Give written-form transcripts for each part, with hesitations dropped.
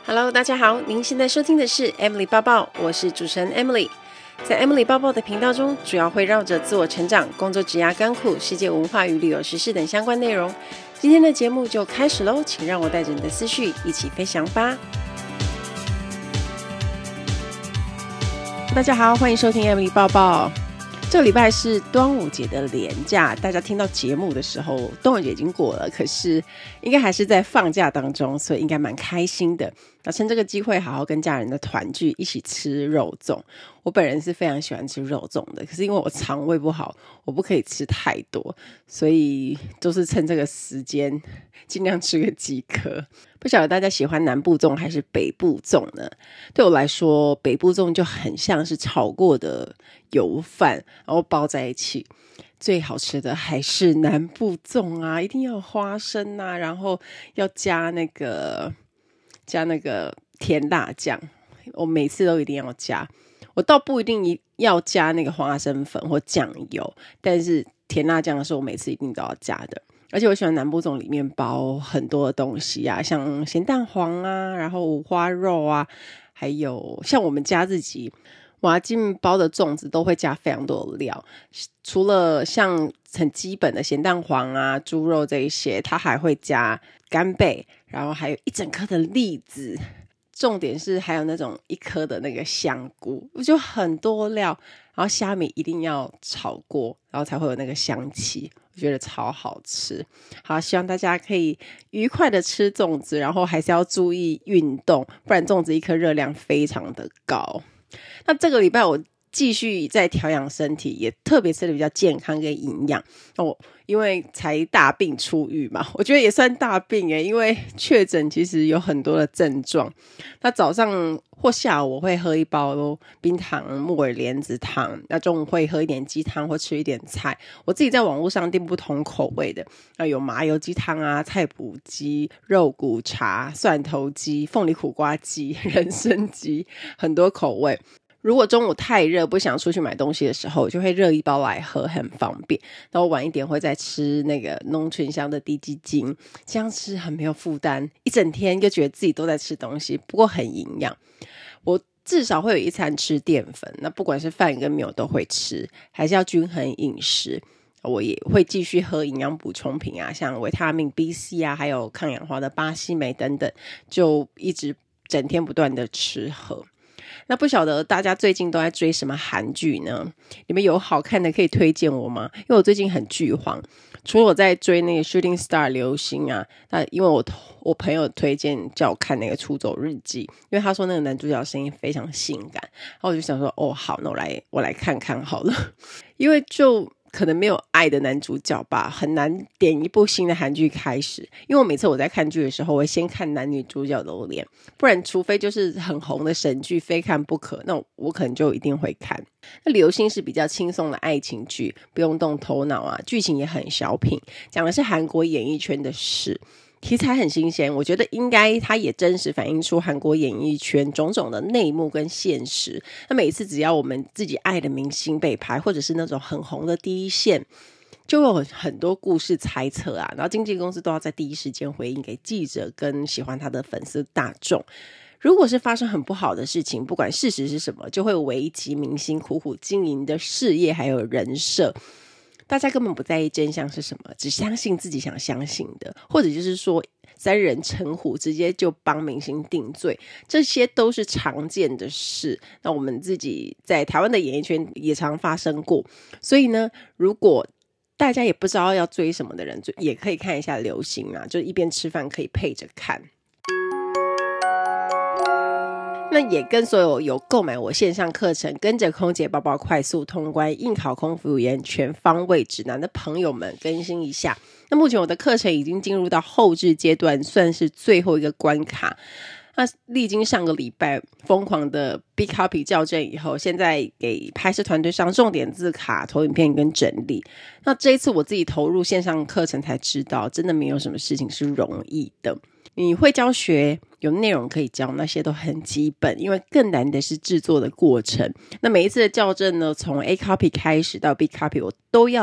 Hello， 大家好，您现在收听的是 Emily 抱抱，我是主持人 Emily。在 Emily 抱抱的频道中，主要会绕着自我成长、工作、职涯、甘苦、世界文化与旅游时事等相关内容。今天的节目就开始咯，请让我带着你的思绪一起飞翔吧。大家好，欢迎收听 Emily 抱抱。这个礼拜是端午节的连假，大家听到节目的时候，端午节已经过了，可是应该还是在放假当中，所以应该蛮开心的。那趁这个机会好好跟家人的团聚，一起吃肉粽。我本人是非常喜欢吃肉粽的，可是因为我肠胃不好，我不可以吃太多，所以都是趁这个时间尽量吃个几颗。不晓得大家喜欢南部粽还是北部粽呢？对我来说，北部粽就很像是炒过的油饭，然后包在一起。最好吃的还是南部粽啊，一定要有花生啊，然后要加那个甜辣酱，我每次都一定要加。我倒不一定要加那个花生粉或酱油，但是甜辣酱是我每次一定都要加的。而且我喜欢南部粽里面包很多的东西啊，像咸蛋黄啊，然后五花肉啊，还有像我们家自己瓦镜包的粽子都会加非常多的料，除了像很基本的咸蛋黄啊、猪肉这一些，它还会加干贝，然后还有一整颗的栗子，重点是还有那种一颗的那个香菇，就很多料，然后虾米一定要炒过，然后才会有那个香气，我觉得超好吃。好，希望大家可以愉快的吃粽子，然后还是要注意运动，不然粽子一颗热量非常的高。那这个礼拜我继续在调养身体，也特别吃的比较健康跟营养。因为才大病初愈嘛，我觉得也算大病耶，因为确诊其实有很多的症状。那早上或下午我会喝一包冰糖木耳莲子汤，那中午会喝一点鸡汤或吃一点菜。我自己在网络上订不同口味的，有麻油鸡汤啊、菜脯鸡、肉骨茶、蒜头鸡、凤梨苦瓜鸡、人参鸡，很多口味。如果中午太热不想出去买东西的时候，我就会热一包来喝，很方便。然后晚一点会再吃那个浓醇香的低基精，这样吃很没有负担，一整天就觉得自己都在吃东西，不过很营养。我至少会有一餐吃淀粉，那不管是饭跟面我都会吃，还是要均衡饮食。我也会继续喝营养补充品啊，像维他命 B、C 啊，还有抗氧化的巴西莓等等，就一直整天不断的吃喝。那不晓得大家最近都在追什么韩剧呢？你们有好看的可以推荐我吗？因为我最近很剧荒，除了我在追那个 Shooting Star 流星啊，那因为我朋友推荐叫我看那个出走日记，因为他说那个男主角声音非常性感，然后我就想说好，那我来看看好了。因为就可能没有爱的男主角吧，很难点一部新的韩剧开始。因为我每次我在看剧的时候，我会先看男女主角的脸，不然除非就是很红的神剧非看不可，那我可能就一定会看。那流星是比较轻松的爱情剧，不用动头脑啊，剧情也很小品，讲的是韩国演艺圈的事，题材很新鲜，我觉得应该它也真实反映出韩国演艺圈种种的内幕跟现实。那每一次只要我们自己爱的明星被拍，或者是那种很红的第一线，就有很多故事猜测啊，然后经纪公司都要在第一时间回应给记者跟喜欢他的粉丝大众。如果是发生很不好的事情，不管事实是什么，就会危及明星苦苦经营的事业还有人设。大家根本不在意真相是什么，只相信自己想相信的，或者就是说三人成虎直接就帮明星定罪，这些都是常见的事。那我们自己在台湾的演艺圈也常发生过，所以呢，如果大家也不知道要追什么的人，也可以看一下流星啊，就一边吃饭可以配着看。那也跟所有购买我线上课程跟着空姐宝宝快速通关应考空服员全方位指南的朋友们更新一下。那目前我的课程已经进入到后置阶段，算是最后一个关卡。那历经上个礼拜疯狂的 Big Copy 校正以后，现在给拍摄团队上重点字卡、投影片跟整理。那这一次我自己投入线上课程才知道，真的没有什么事情是容易的。你会教学，有内容可以教，那些都很基本，因为更难的是制作的过程。那每一次的校正呢，从 A copy 开始到 B copy 我都要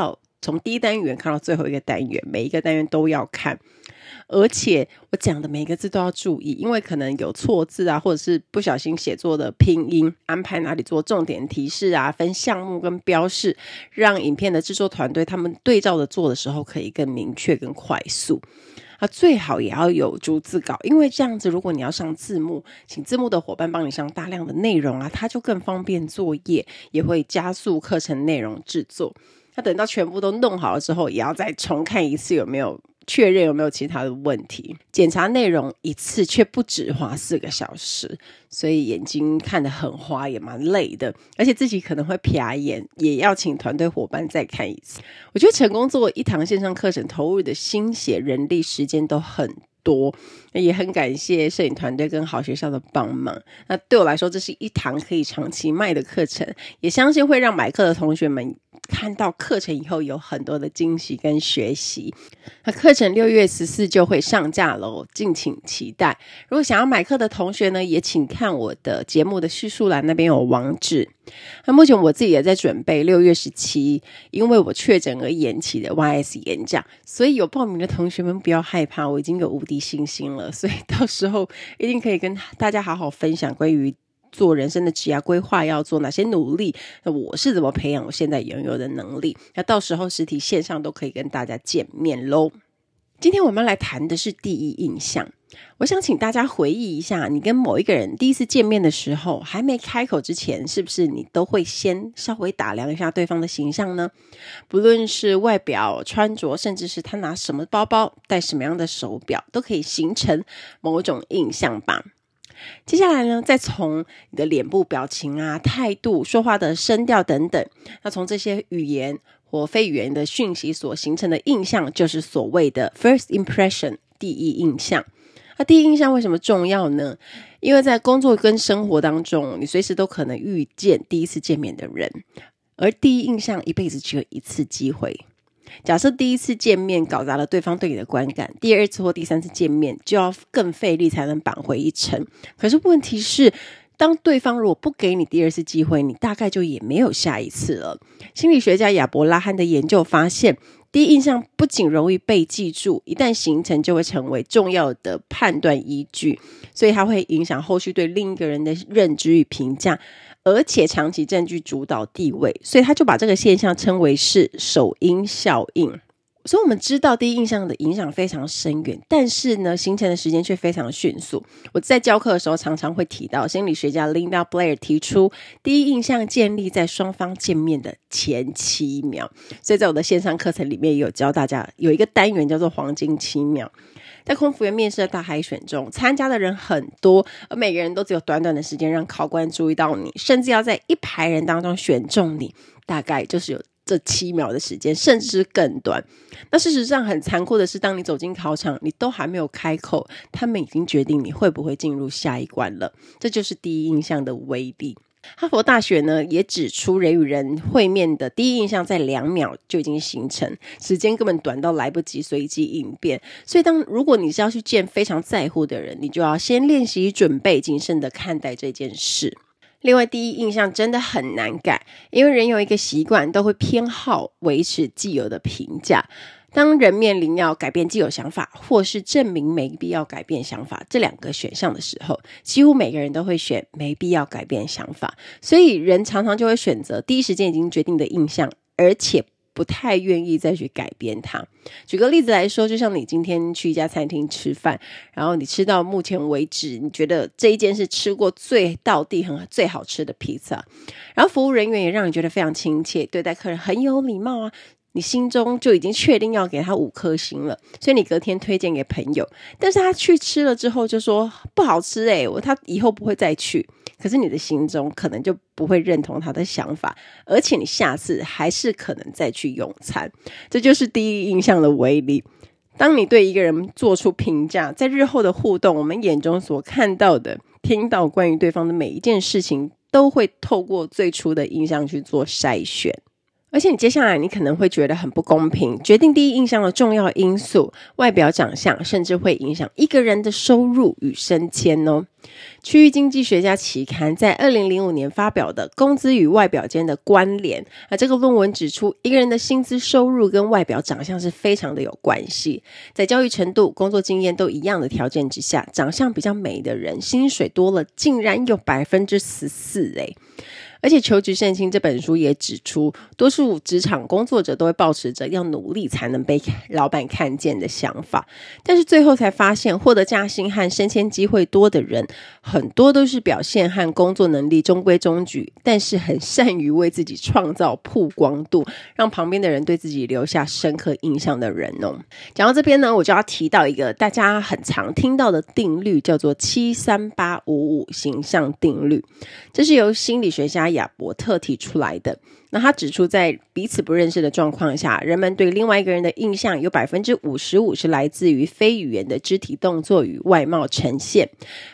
从第一单元看到最后一个单元，每一个单元都要看。而且我讲的每一个字都要注意，因为可能有错字啊，或者是不小心写作的拼音，安排哪里做重点提示啊，分项目跟标示，让影片的制作团队他们对照的做的时候可以更明确更快速。最好也要有逐字稿，因为这样子如果你要上字幕，请字幕的伙伴帮你上大量的内容啊，它就更方便作业，也会加速课程内容制作。那等到全部都弄好了之后，也要再重看一次，确认有没有其他的问题。检查内容一次却不止花4个小时，所以眼睛看得很花，也蛮累的，而且自己可能会瞟眼，也要请团队伙伴再看一次。我觉得成功做一堂线上课程投入的心血、人力、时间都很多，也很感谢摄影团队跟好学校的帮忙。那对我来说，这是一堂可以长期卖的课程，也相信会让买课的同学们看到课程以后有很多的惊喜跟学习。那课程6月14就会上架了，敬请期待。如果想要买课的同学呢，也请看我的节目的叙述栏，那边有网址。那目前我自己也在准备6月17因为我确诊而延期的 YS 演讲，所以有报名的同学们不要害怕，我已经有无敌信心了，所以到时候一定可以跟大家好好分享关于做人生的职业规划要做哪些努力，那我是怎么培养我现在拥有的能力，那到时候实体线上都可以跟大家见面咯。今天我们来谈的是第一印象。我想请大家回忆一下，你跟某一个人第一次见面的时候，还没开口之前，是不是你都会先稍微打量一下对方的形象呢？不论是外表、穿着，甚至是他拿什么包包、戴什么样的手表，都可以形成某种印象吧。接下来呢，再从你的脸部表情啊、态度、说话的声调等等，那从这些语言或非语言的讯息所形成的印象，就是所谓的 first impression 第一印象。那第一印象为什么重要呢？因为在工作跟生活当中，你随时都可能遇见第一次见面的人，而第一印象一辈子只有一次机会。假设第一次见面搞砸了对方对你的观感，第二次或第三次见面就要更费力才能扳回一城。可是问题是，当对方如果不给你第二次机会，你大概就也没有下一次了。心理学家亚伯拉罕的研究发现，第一印象不仅容易被记住，一旦形成就会成为重要的判断依据，所以它会影响后续对另一个人的认知与评价，而且长期占据主导地位，所以他就把这个现象称为是首因效应。所以我们知道第一印象的影响非常深远，但是呢，形成的时间却非常迅速。我在教课的时候常常会提到，心理学家 Linda Blair 提出，第一印象建立在双方见面的前7秒。所以在我的线上课程里面也有教大家，有一个单元叫做黄金7秒。在空服员面试的大海选中，参加的人很多，而每个人都只有短短的时间让考官注意到你，甚至要在一排人当中选中你，大概就是有这7秒的时间，甚至是更短。那事实上很残酷的是，当你走进考场，你都还没有开口，他们已经决定你会不会进入下一关了。这就是第一印象的威力。哈佛大学呢也指出，人与人会面的第一印象在2秒就已经形成，时间根本短到来不及随机应变。所以如果你是要去见非常在乎的人，你就要先练习准备，谨慎的看待这件事。另外，第一印象真的很难改，因为人有一个习惯，都会偏好维持既有的评价。当人面临要改变既有想法，或是证明没必要改变想法这2个选项的时候，几乎每个人都会选没必要改变想法。所以人常常就会选择第一时间已经决定的印象，而且不太愿意再去改变它。举个例子来说，就像你今天去一家餐厅吃饭，然后你吃到目前为止你觉得这一间是吃过最道地最好吃的披萨，然后服务人员也让你觉得非常亲切，对待客人很有礼貌啊，你心中就已经确定要给他5颗星了，所以你隔天推荐给朋友，但是他去吃了之后就说不好吃他以后不会再去。可是你的心中可能就不会认同他的想法，而且你下次还是可能再去用餐。这就是第一印象的威力。当你对一个人做出评价，在日后的互动，我们眼中所看到的、听到关于对方的每一件事情，都会透过最初的印象去做筛选。 而且你接下来你可能会觉得很不公平，决定第一印象的重要因素，外表长相甚至会影响一个人的收入与升迁哦。区域经济学家期刊在2005年发表的工资与外表间的关联，这个论文指出，一个人的薪资收入跟外表长相是非常的有关系。在教育程度、工作经验都一样的条件之下，长相比较美的人薪水多了竟然有 14% 耶。而且求职圣经这本书也指出，多数职场工作者都会抱持着要努力才能被老板看见的想法，但是最后才发现，获得加薪和升迁机会多的人，很多都是表现和工作能力中规中矩，但是很善于为自己创造曝光度，让旁边的人对自己留下深刻印象的人哦。讲到这边呢，我就要提到一个大家很常听到的定律，叫做73855形象定律。这是由心理学家亚伯特提出来的。那他指出，在彼此不认识的状况下，人们对另外一个人的印象有 55% 是来自于非语言的肢体动作与外貌呈现，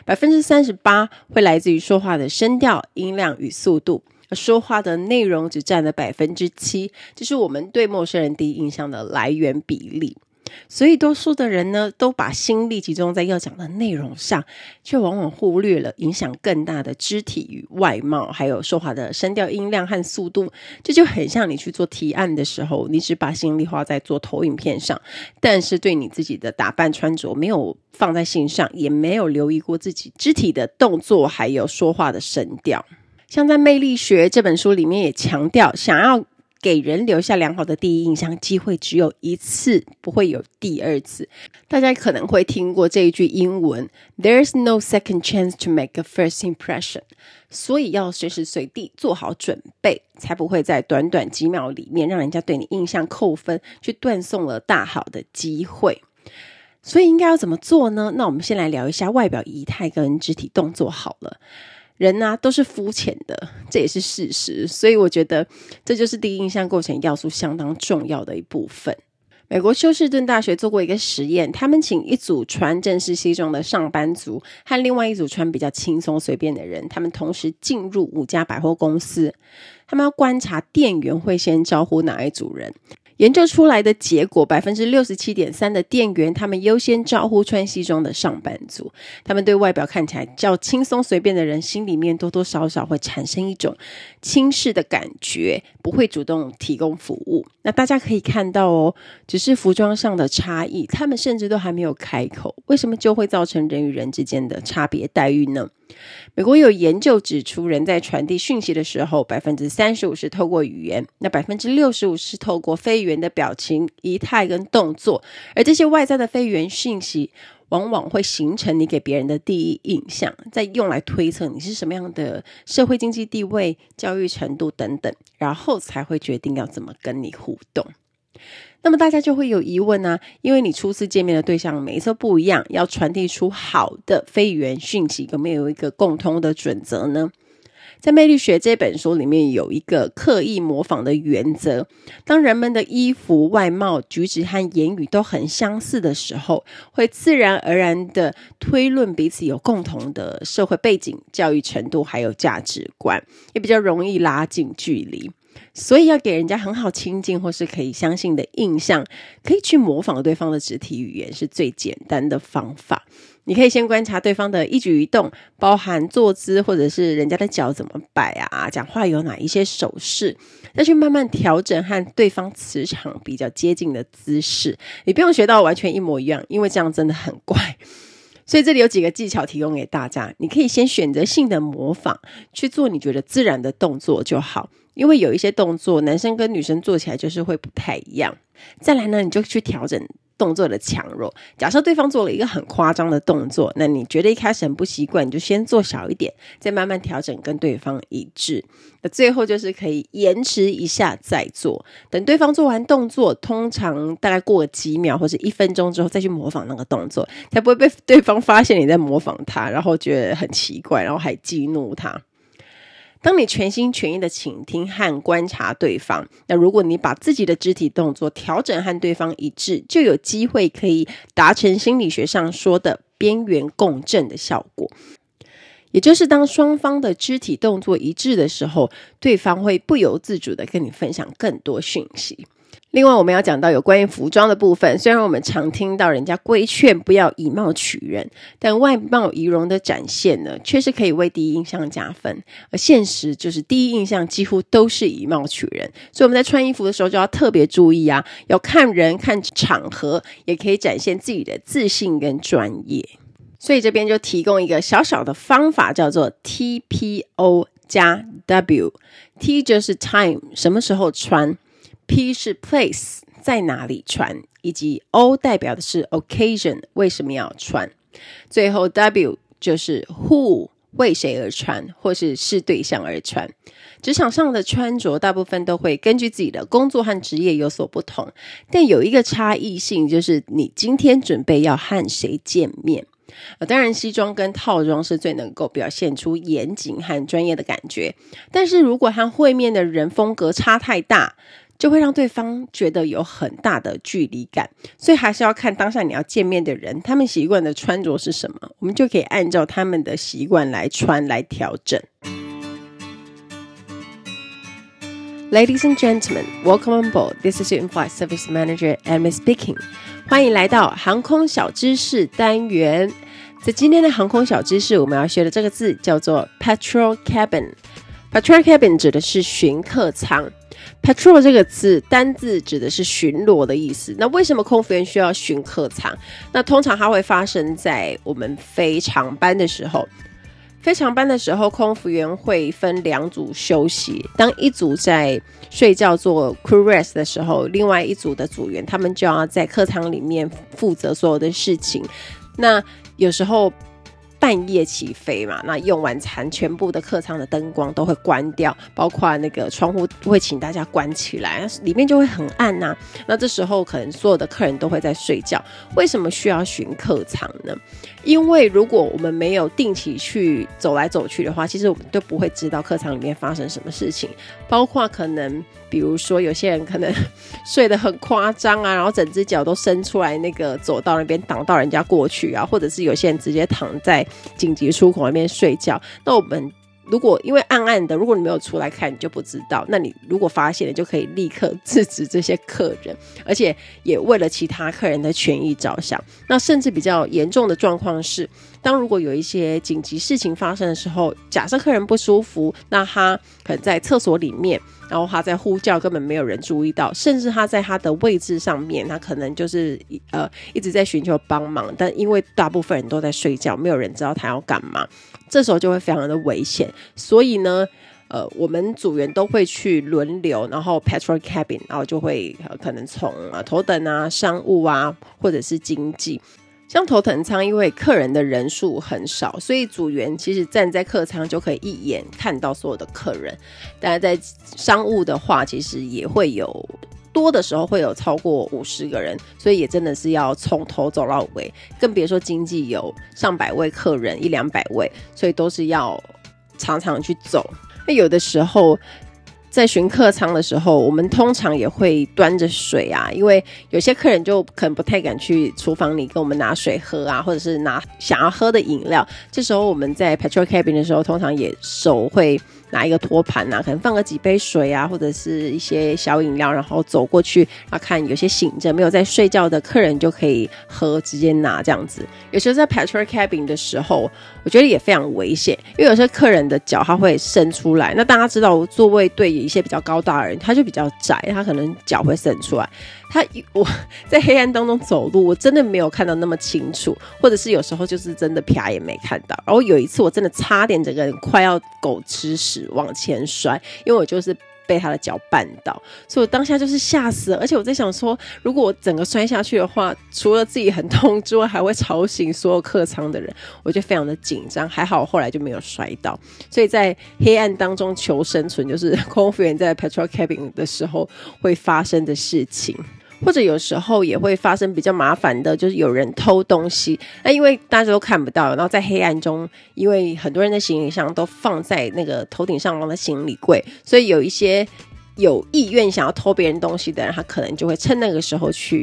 38% 会来自于说话的声调、音量与速度，而说话的内容只占了 7%， 这是我们对陌生人第一印象的来源比例。所以多数的人呢，都把心力集中在要讲的内容上，却往往忽略了影响更大的肢体与外貌，还有说话的声调、音量和速度。这就很像你去做提案的时候，你只把心力花在做投影片上，但是对你自己的打扮穿着没有放在心上，也没有留意过自己肢体的动作还有说话的声调。像在《魅力学》这本书里面也强调，想要给人留下良好的第一印象，机会只有一次，不会有第二次。大家可能会听过这一句英文 There's no second chance to make a first impression， 所以要随时随地做好准备，才不会在短短几秒里面让人家对你印象扣分，去断送了大好的机会。所以应该要怎么做呢？那我们先来聊一下外表仪态跟肢体动作好了。人啊都是肤浅的，这也是事实，所以我觉得这就是第一印象构成要素相当重要的一部分。美国休斯顿大学做过一个实验，他们请一组穿正式西装的上班族和另外一组穿比较轻松随便的人，他们同时进入5家百货公司，他们要观察店员会先招呼哪一组人。研究出来的结果 67.3% 的店员他们优先招呼穿西装的上班族，他们对外表看起来较轻松随便的人心里面多多少少会产生一种轻视的感觉，不会主动提供服务。那大家可以看到哦，只是服装上的差异，他们甚至都还没有开口，为什么就会造成人与人之间的差别待遇呢？美国有研究指出，人在传递讯息的时候 35% 是透过语言，那 65% 是透过非语言的表情、仪态跟动作，而这些外在的非语言讯息往往会形成你给别人的第一印象，再用来推测你是什么样的社会经济地位、教育程度等等，然后才会决定要怎么跟你互动。那么大家就会有疑问啊，因为你初次见面的对象每一次不一样，要传递出好的非语言讯息，有没有一个共通的准则呢？在《魅力学》这本书里面有一个刻意模仿的原则，当人们的衣服、外貌、举止和言语都很相似的时候，会自然而然的推论彼此有共同的社会背景、教育程度还有价值观，也比较容易拉近距离。所以要给人家很好亲近或是可以相信的印象，可以去模仿对方的肢体语言是最简单的方法。你可以先观察对方的一举一动，包含坐姿或者是人家的脚怎么摆啊，讲话有哪一些手势，再去慢慢调整和对方磁场比较接近的姿势。你不用学到完全一模一样，因为这样真的很怪。所以这里有几个技巧提供给大家，你可以先选择性的模仿，去做你觉得自然的动作就好，因为有一些动作男生跟女生做起来就是会不太一样。再来呢，你就去调整动作的强弱，假设对方做了一个很夸张的动作，那你觉得一开始很不习惯，你就先做小一点，再慢慢调整跟对方一致。那最后就是可以延迟一下再做，等对方做完动作，通常大概过几秒或者1分钟之后再去模仿那个动作，才不会被对方发现你在模仿他，然后觉得很奇怪，然后还激怒他。当你全心全意的倾听和观察对方，那如果你把自己的肢体动作调整和对方一致，就有机会可以达成心理学上说的边缘共振的效果。 也就是当双方的肢体动作一致的时候，对方会不由自主的跟你分享更多讯息。另外我们要讲到有关于服装的部分，虽然我们常听到人家规劝不要以貌取人，但外貌仪容的展现呢，确实可以为第一印象加分，而现实就是第一印象几乎都是以貌取人，所以我们在穿衣服的时候就要特别注意啊，要看人看场合，也可以展现自己的自信跟专业。所以这边就提供一个小小的方法，叫做 TPO 加 W。T 就是 time 什么时候穿， P 是 place 在哪里穿，以及 O 代表的是 occasion 为什么要穿，最后 W 就是 who 为谁而穿，或是对象而穿。职场上的穿着大部分都会根据自己的工作和职业有所不同，但有一个差异性，就是你今天准备要和谁见面。当然西装跟套装是最能够表现出严谨和专业的感觉，但是如果和会面的人风格差太大，就会让对方觉得有很大的距离感，所以还是要看当下你要见面的人他们习惯的穿着是什么，我们就可以按照他们的习惯来穿来调整。Ladies and gentlemen, welcome on board. This is your in-flight service manager, Amy speaking. 欢迎来到航空小知识单元。在今天的航空小知识，我们要学的这个字叫做 Patrol Cabin。Patrol Cabin 指的是巡客舱。Patrol 这个字单字指的是巡逻的意思。那为什么空服员需要巡客舱？那通常它会发生在我们飞长班的时候。飞长班的时候，空服员会分两组休息。当一组在睡觉做 crew rest 的时候，另外一组的组员他们就要在客舱里面负责所有的事情。那有时候半夜起飞嘛，那用完餐全部的客舱的灯光都会关掉，包括那个窗户会请大家关起来，里面就会很暗啊。那这时候可能所有的客人都会在睡觉。为什么需要巡客舱呢？因为如果我们没有定期去走来走去的话，其实我们都不会知道客舱里面发生什么事情，包括可能比如说有些人可能睡得很夸张啊，然后整只脚都伸出来那个走道那边挡到人家过去啊，或者是有些人直接躺在紧急出口那边睡觉。那我们如果因为暗暗的，如果你没有出来看你就不知道，那你如果发现了就可以立刻制止这些客人，而且也为了其他客人的权益着想。那甚至比较严重的状况是，当如果有一些紧急事情发生的时候，假设客人不舒服，那他可能在厕所里面，然后他在呼叫根本没有人注意到，甚至他在他的位置上面，他可能就是一直在寻求帮忙，但因为大部分人都在睡觉，没有人知道他要干嘛，这时候就会非常的危险。所以呢我们组员都会去轮流，然后 Patrol Cabin， 然后就会可能从头等啊、商务啊，或者是经济。像头等舱因为客人的人数很少，所以组员其实站在客舱就可以一眼看到所有的客人。当然在商务的话其实也会有，多的时候会有超过50个人，所以也真的是要从头走到尾，更别说经济有上百位客人100-200位，所以都是要常常去走。那有的时候在巡客舱的时候，我们通常也会端着水啊，因为有些客人就可能不太敢去厨房里跟我们拿水喝啊，或者是拿想要喝的饮料。这时候我们在 Patrol Cabin 的时候，通常也手会拿一个托盘啊，可能放个几杯水啊，或者是一些小饮料，然后走过去，然后看有些醒着没有在睡觉的客人就可以喝，直接拿这样子。有时候在 Patrol Cabin 的时候，我觉得也非常危险，因为有些客人的脚他会伸出来，那大家知道座位对一些比较高大的人，他就比较窄，他可能脚会伸出来。我在黑暗当中走路，我真的没有看到那么清楚，或者是有时候就是真的瞟也没看到。然后有一次我真的差点整个人快要狗吃屎往前摔，因为我就是被他的脚绊倒，所以我当下就是吓死了。而且我在想说，如果我整个摔下去的话，除了自己很痛之外，还会吵醒所有客舱的人，我就非常的紧张。还好我后来就没有摔倒。所以在黑暗当中求生存，就是空服员在 Patrol Cabin 的时候会发生的事情。或者有时候也会发生比较麻烦的，就是有人偷东西。那因为大家都看不到，然后在黑暗中，因为很多人的行李箱都放在那个头顶上方的行李柜，所以有一些有意愿想要偷别人东西的人，他可能就会趁那个时候去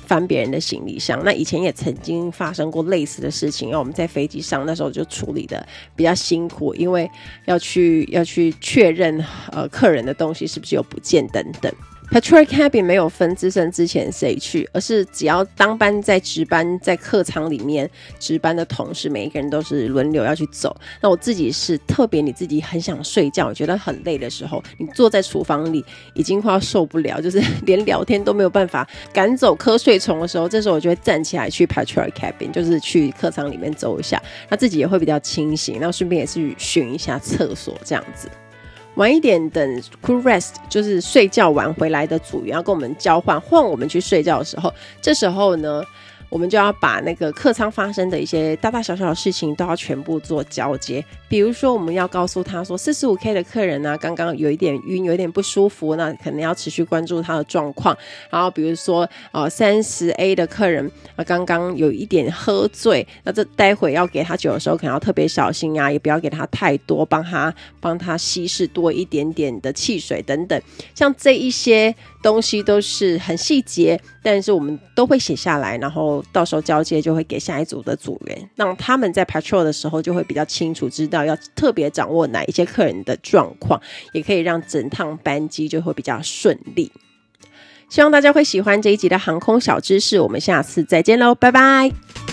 翻别人的行李箱。那以前也曾经发生过类似的事情，我们在飞机上那时候就处理的比较辛苦，因为要去确认客人的东西是不是有不见等等。Patrol Cabin 没有分资深之前谁去，而是只要当班在值班在客舱里面值班的同事，每一个人都是轮流要去走。那我自己是特别你自己很想睡觉，觉得很累的时候，你坐在厨房里已经快要受不了，就是连聊天都没有办法赶走瞌睡虫的时候，这时候我就会站起来去 Patrol Cabin， 就是去客舱里面走一下，那自己也会比较清醒，然后顺便也是巡一下厕所这样子。晚一点等 crew rest 就是睡觉完回来的组员要跟我们交换我们去睡觉的时候，这时候呢我们就要把那个客舱发生的一些大大小小的事情都要全部做交接。比如说我们要告诉他说 45K 的客人啊刚刚有一点晕有一点不舒服，那可能要持续关注他的状况。然后比如说30A 的客人刚刚有一点喝醉，那这待会要给他酒的时候可能要特别小心啊，也不要给他太多，帮他稀释多一点点的汽水等等。像这一些东西都是很细节，但是我们都会写下来，然后到时候交接就会给下一组的组员，让他们在 patrol 的时候就会比较清楚知道要特别掌握哪一些客人的状况，也可以让整趟班机就会比较顺利。希望大家会喜欢这一集的航空小知识，我们下次再见咯，拜拜。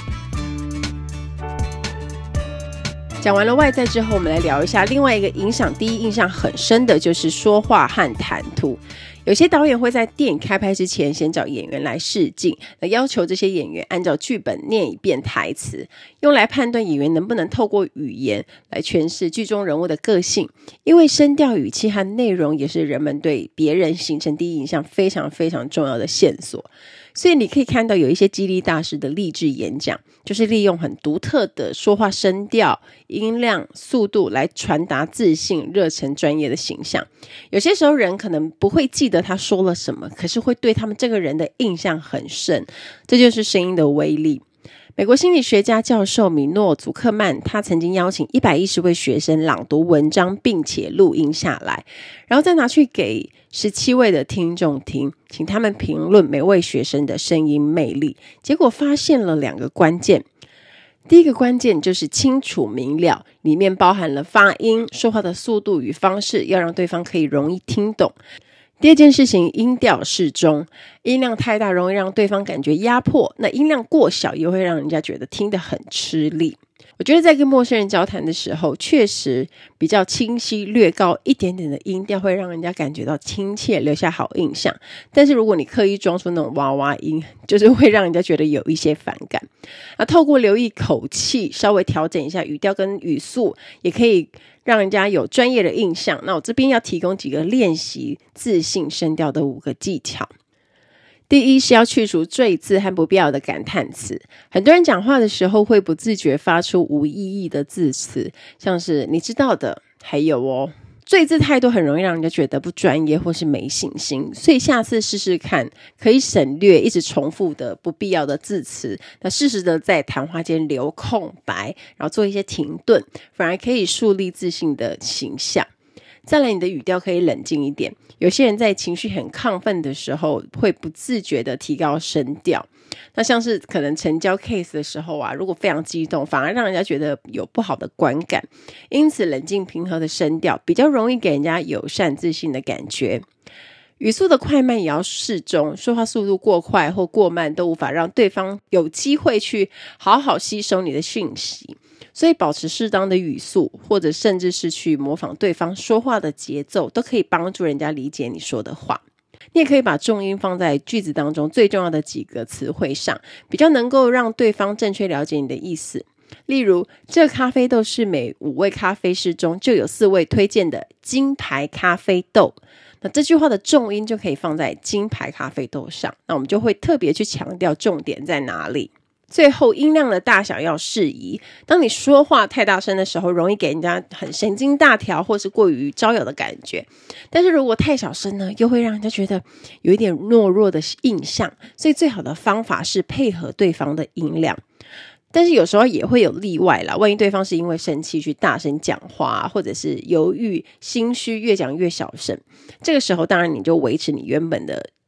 讲完了外在之后，我们来聊一下另外一个影响第一印象很深的，就是说话和谈吐。有些导演会在电影开拍之前先找演员来试镜，那要求这些演员按照剧本念一遍台词，用来判断演员能不能透过语言来诠释剧中人物的个性。因为声调、语气和内容也是人们对别人形成第一印象非常非常重要的线索。所以你可以看到有一些激励大师的励志演讲，就是利用很独特的说话声调、音量、速度来传达自信、热忱、专业的形象。有些时候人可能不会记得他说了什么，可是会对他们这个人的印象很深，这就是声音的威力。美国心理学家教授米诺·祖克曼，他曾经邀请110位学生朗读文章，并且录音下来，然后再拿去给17位的听众听，请他们评论每位学生的声音魅力。结果发现了2个关键。第一个关键就是清楚明了，里面包含了发音、说话的速度与方式，要让对方可以容易听懂。第二件事情，音调适中，音量太大容易让对方感觉压迫，那音量过小又会让人家觉得听得很吃力。我觉得在跟陌生人交谈的时候，确实比较清晰略高一点点的音调会让人家感觉到亲切，留下好印象。但是如果你刻意装出那种娃娃音，就是会让人家觉得有一些反感。透过留意口气，稍微调整一下语调跟语速，也可以让人家有专业的印象。那我这边要提供几个练习自信声调的5个技巧。第一是要去除赘字和不必要的感叹词。很多人讲话的时候会不自觉发出无意义的字词，像是你知道的，还有哦。赘字太多很容易让人家觉得不专业或是没信心，所以下次试试看，可以省略一直重复的不必要的字词，那适时的在谈话间留空白，然后做一些停顿，反而可以树立自信的形象。再来，你的语调可以冷静一点。有些人在情绪很亢奋的时候会不自觉的提高声调，那像是可能成交 case 的时候啊，如果非常激动，反而让人家觉得有不好的观感。因此冷静平和的声调比较容易给人家友善自信的感觉。语速的快慢也要适中，说话速度过快或过慢都无法让对方有机会去好好吸收你的讯息。所以保持适当的语速，或者甚至是去模仿对方说话的节奏，都可以帮助人家理解你说的话。你也可以把重音放在句子当中最重要的几个词汇上，比较能够让对方正确了解你的意思。例如，这咖啡豆是每5位咖啡师中就有4位推荐的金牌咖啡豆。那这句话的重音就可以放在金牌咖啡豆上，那我们就会特别去强调重点在哪里。最后，音量的大小要适宜。当你说话太大声的时候，容易给人家很神经大条或是过于招摇的感觉。但是如果太小声呢，又会让人家觉得有一点懦弱的印象。所以最好的方法是配合对方的音量。但是有时候也会有例外啦，万一对方是因为生气去大声讲话，或者是犹豫、心虚，越讲越小声，这个时候当然你就维持你原本的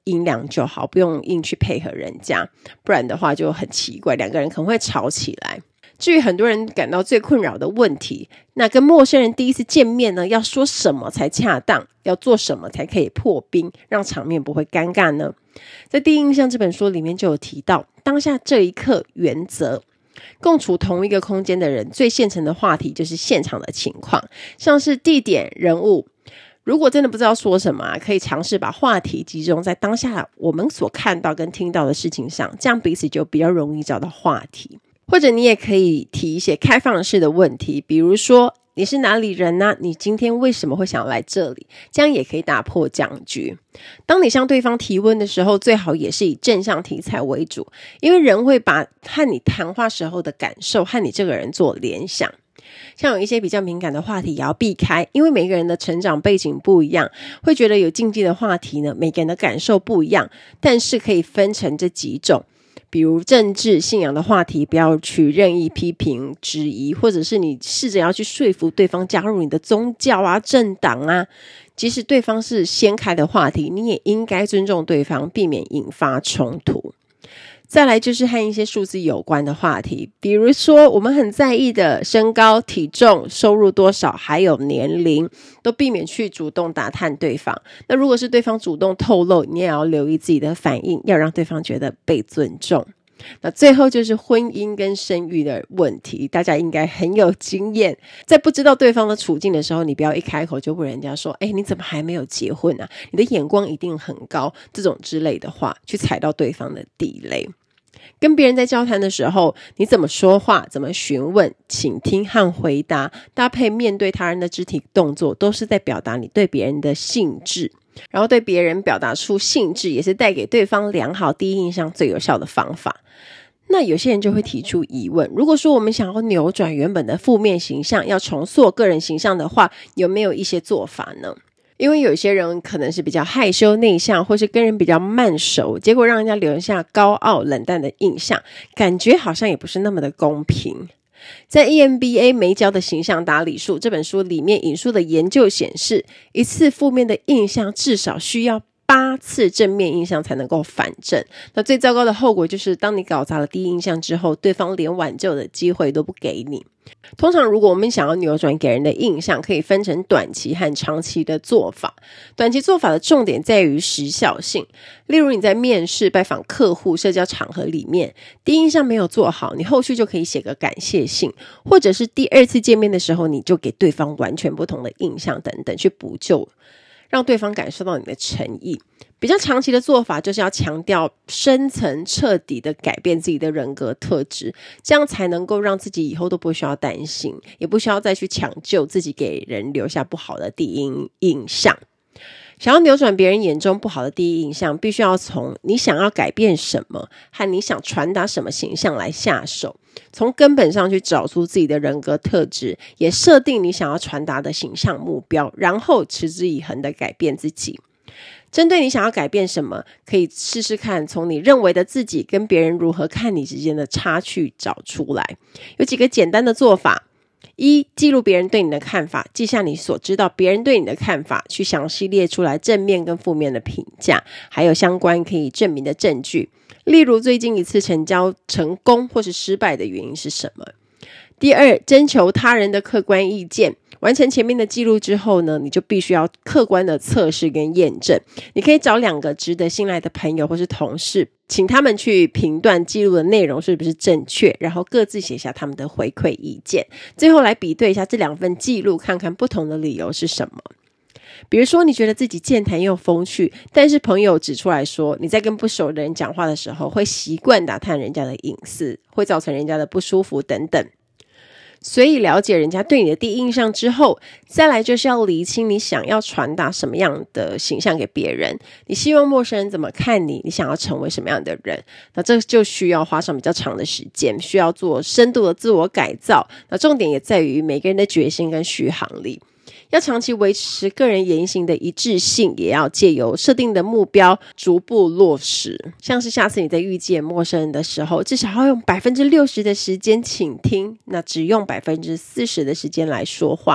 音量就好，不用硬去配合人家，不然的话就很奇怪，两个人可能会吵起来。至于很多人感到最困扰的问题，那跟陌生人第一次见面呢，要说什么才恰当？要做什么才可以破冰，让场面不会尴尬呢？在《第一印象》这本书里面就有提到，当下这一刻原则。共处同一个空间的人，最现成的话题就是现场的情况，像是地点、人物。如果真的不知道说什么可以尝试把话题集中在当下我们所看到跟听到的事情上，这样彼此就比较容易找到话题。或者你也可以提一些开放式的问题，比如说你是哪里人呢？你今天为什么会想来这里？这样也可以打破僵局。当你向对方提问的时候，最好也是以正向题材为主，因为人会把和你谈话时候的感受和你这个人做联想。像有一些比较敏感的话题也要避开，因为每个人的成长背景不一样，会觉得有禁忌的话题呢，每个人的感受不一样，但是可以分成这几种。比如政治信仰的话题，不要去任意批评质疑，或者是你试着要去说服对方加入你的宗教啊、政党啊，即使对方是先开的话题，你也应该尊重对方，避免引发冲突。再来就是和一些数字有关的话题，比如说我们很在意的身高、体重、收入多少，还有年龄，都避免去主动打探对方。那如果是对方主动透露，你也要留意自己的反应，要让对方觉得被尊重。那最后就是婚姻跟生育的问题，大家应该很有经验，在不知道对方的处境的时候，你不要一开口就问人家说你怎么还没有结婚啊？你的眼光一定很高，这种之类的话，去踩到对方的地雷。跟别人在交谈的时候，你怎么说话，怎么询问、倾听和回答，搭配面对他人的肢体动作，都是在表达你对别人的兴致。然后对别人表达出兴致，也是带给对方良好第一印象最有效的方法。那有些人就会提出疑问，如果说我们想要扭转原本的负面形象，要重塑个人形象的话，有没有一些做法呢？因为有些人可能是比较害羞内向，或是跟人比较慢熟，结果让人家留下高傲冷淡的印象，感觉好像也不是那么的公平。在 EMBA 没教的形象打理术这本书里面引述的研究显示，一次负面的印象至少需要8次正面印象才能够反正。那最糟糕的后果就是，当你搞砸了第一印象之后，对方连挽救的机会都不给你。通常如果我们想要扭转给人的印象，可以分成短期和长期的做法。短期做法的重点在于时效性，例如你在面试、拜访客户、社交场合里面，第一印象没有做好，你后续就可以写个感谢信，或者是第2次见面的时候，你就给对方完全不同的印象等等，去补救，让对方感受到你的诚意。比较长期的做法就是要强调深层彻底的改变自己的人格特质，这样才能够让自己以后都不需要担心，也不需要再去抢救自己给人留下不好的第一印象。想要扭转别人眼中不好的第一印象，必须要从你想要改变什么和你想传达什么形象来下手，从根本上去找出自己的人格特质，也设定你想要传达的形象目标，然后持之以恒的改变自己。针对你想要改变什么，可以试试看从你认为的自己跟别人如何看你之间的差距找出来。有几个简单的做法：一、记录别人对你的看法，记下你所知道别人对你的看法，去详细列出来正面跟负面的评价，还有相关可以证明的证据，例如最近一次成交成功或是失败的原因是什么。第二，征求他人的客观意见。完成前面的记录之后呢，你就必须要客观的测试跟验证。你可以找2个值得信赖的朋友或是同事，请他们去评断记录的内容是不是正确，然后各自写下他们的回馈意见，最后来比对一下这2份记录，看看不同的理由是什么。比如说你觉得自己健谈又风趣，但是朋友指出来说你在跟不熟的人讲话的时候会习惯打探人家的隐私，会造成人家的不舒服等等。所以了解人家对你的第一印象之后，再来就是要厘清你想要传达什么样的形象给别人，你希望陌生人怎么看你，你想要成为什么样的人。那这就需要花上比较长的时间，需要做深度的自我改造。那重点也在于每个人的决心跟续航力。要长期维持个人言行的一致性，也要借由设定的目标逐步落实。像是下次你在遇见陌生人的时候，至少要用 60% 的时间倾听，那只用 40% 的时间来说话。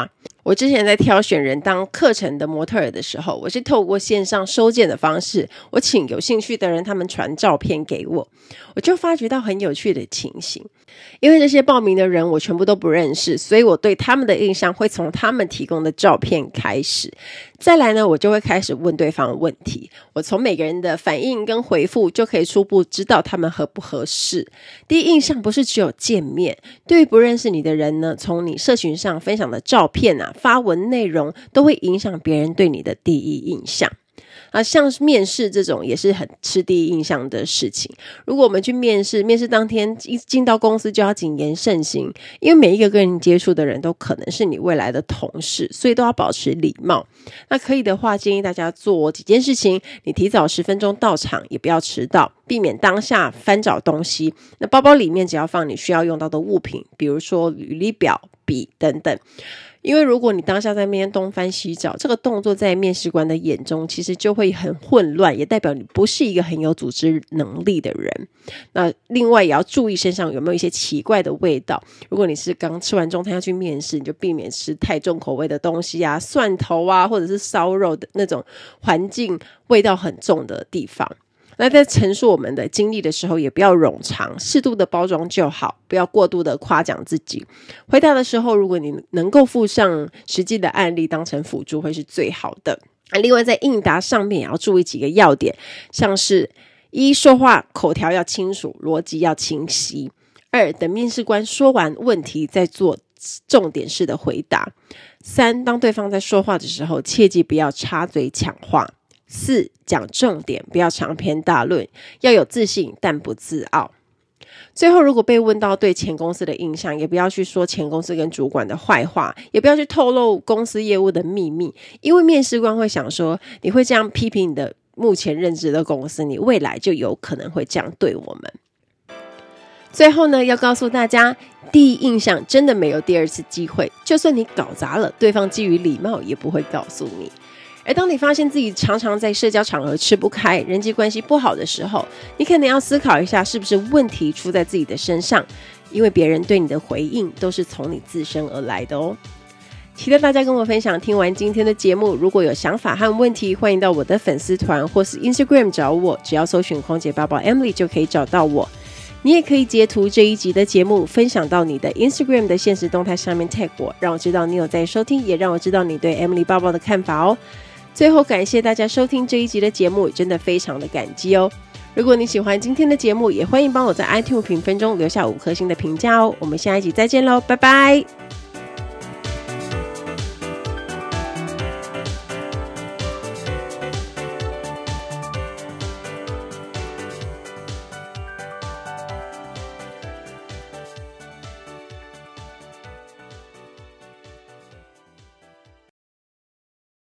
我之前在挑选人当课程的模特儿的时候，我是透过线上收件的方式，我请有兴趣的人他们传照片给我，我就发觉到很有趣的情形。因为这些报名的人我全部都不认识，所以我对他们的印象会从他们提供的照片开始。再来呢，我就会开始问对方问题，我从每个人的反应跟回复就可以初步知道他们合不合适。第一印象不是只有见面，对于不认识你的人呢，从你社群上分享的照片发文内容都会影响别人对你的第一印象。像是面试这种也是很吃第一印象的事情。如果我们去面试当天一进到公司就要谨言慎行，因为每一个跟你接触的人都可能是你未来的同事，所以都要保持礼貌。那可以的话，建议大家做几件事情，你提早10分钟到场，也不要迟到，避免当下翻找东西。那包包里面只要放你需要用到的物品，比如说履历表、笔等等。因为如果你当下在那边东翻西找，这个动作在面试官的眼中其实就会很混乱，也代表你不是一个很有组织能力的人。那另外也要注意身上有没有一些奇怪的味道。如果你是刚吃完中餐要去面试，你就避免吃太重口味的东西蒜头或者是烧肉的那种环境味道很重的地方。那在陈述我们的经历的时候，也不要冗长，适度的包装就好，不要过度的夸奖自己。回答的时候，如果你能够附上实际的案例当成辅助，会是最好的。另外在应答上面也要注意几个要点，像是1说话口条要清楚，逻辑要清晰；2等面试官说完问题再做重点式的回答；3当对方在说话的时候，切记不要插嘴抢话；4讲重点，不要长篇大论，要有自信但不自傲。最后，如果被问到对前公司的印象，也不要去说前公司跟主管的坏话，也不要去透露公司业务的秘密，因为面试官会想说，你会这样批评你的目前任职的公司，你未来就有可能会这样对我们。最后呢，要告诉大家，第一印象真的没有第二次机会，就算你搞砸了，对方基于礼貌也不会告诉你。而当你发现自己常常在社交场合吃不开，人际关系不好的时候，你可能要思考一下，是不是问题出在自己的身上，因为别人对你的回应都是从你自身而来的哦。期待大家跟我分享听完今天的节目，如果有想法和问题，欢迎到我的粉丝团或是 Instagram 找我，只要搜寻空姐宝宝 Emily 就可以找到我。你也可以截图这一集的节目分享到你的 Instagram 的限时动态上面 tag 我，让我知道你有在收听，也让我知道你对 Emily 宝宝的看法哦。最后感谢大家收听这一集的节目，真的非常的感激哦。如果你喜欢今天的节目，也欢迎帮我在 iTunes 评分中留下5颗星的评价哦。我们下一集再见咯，拜拜。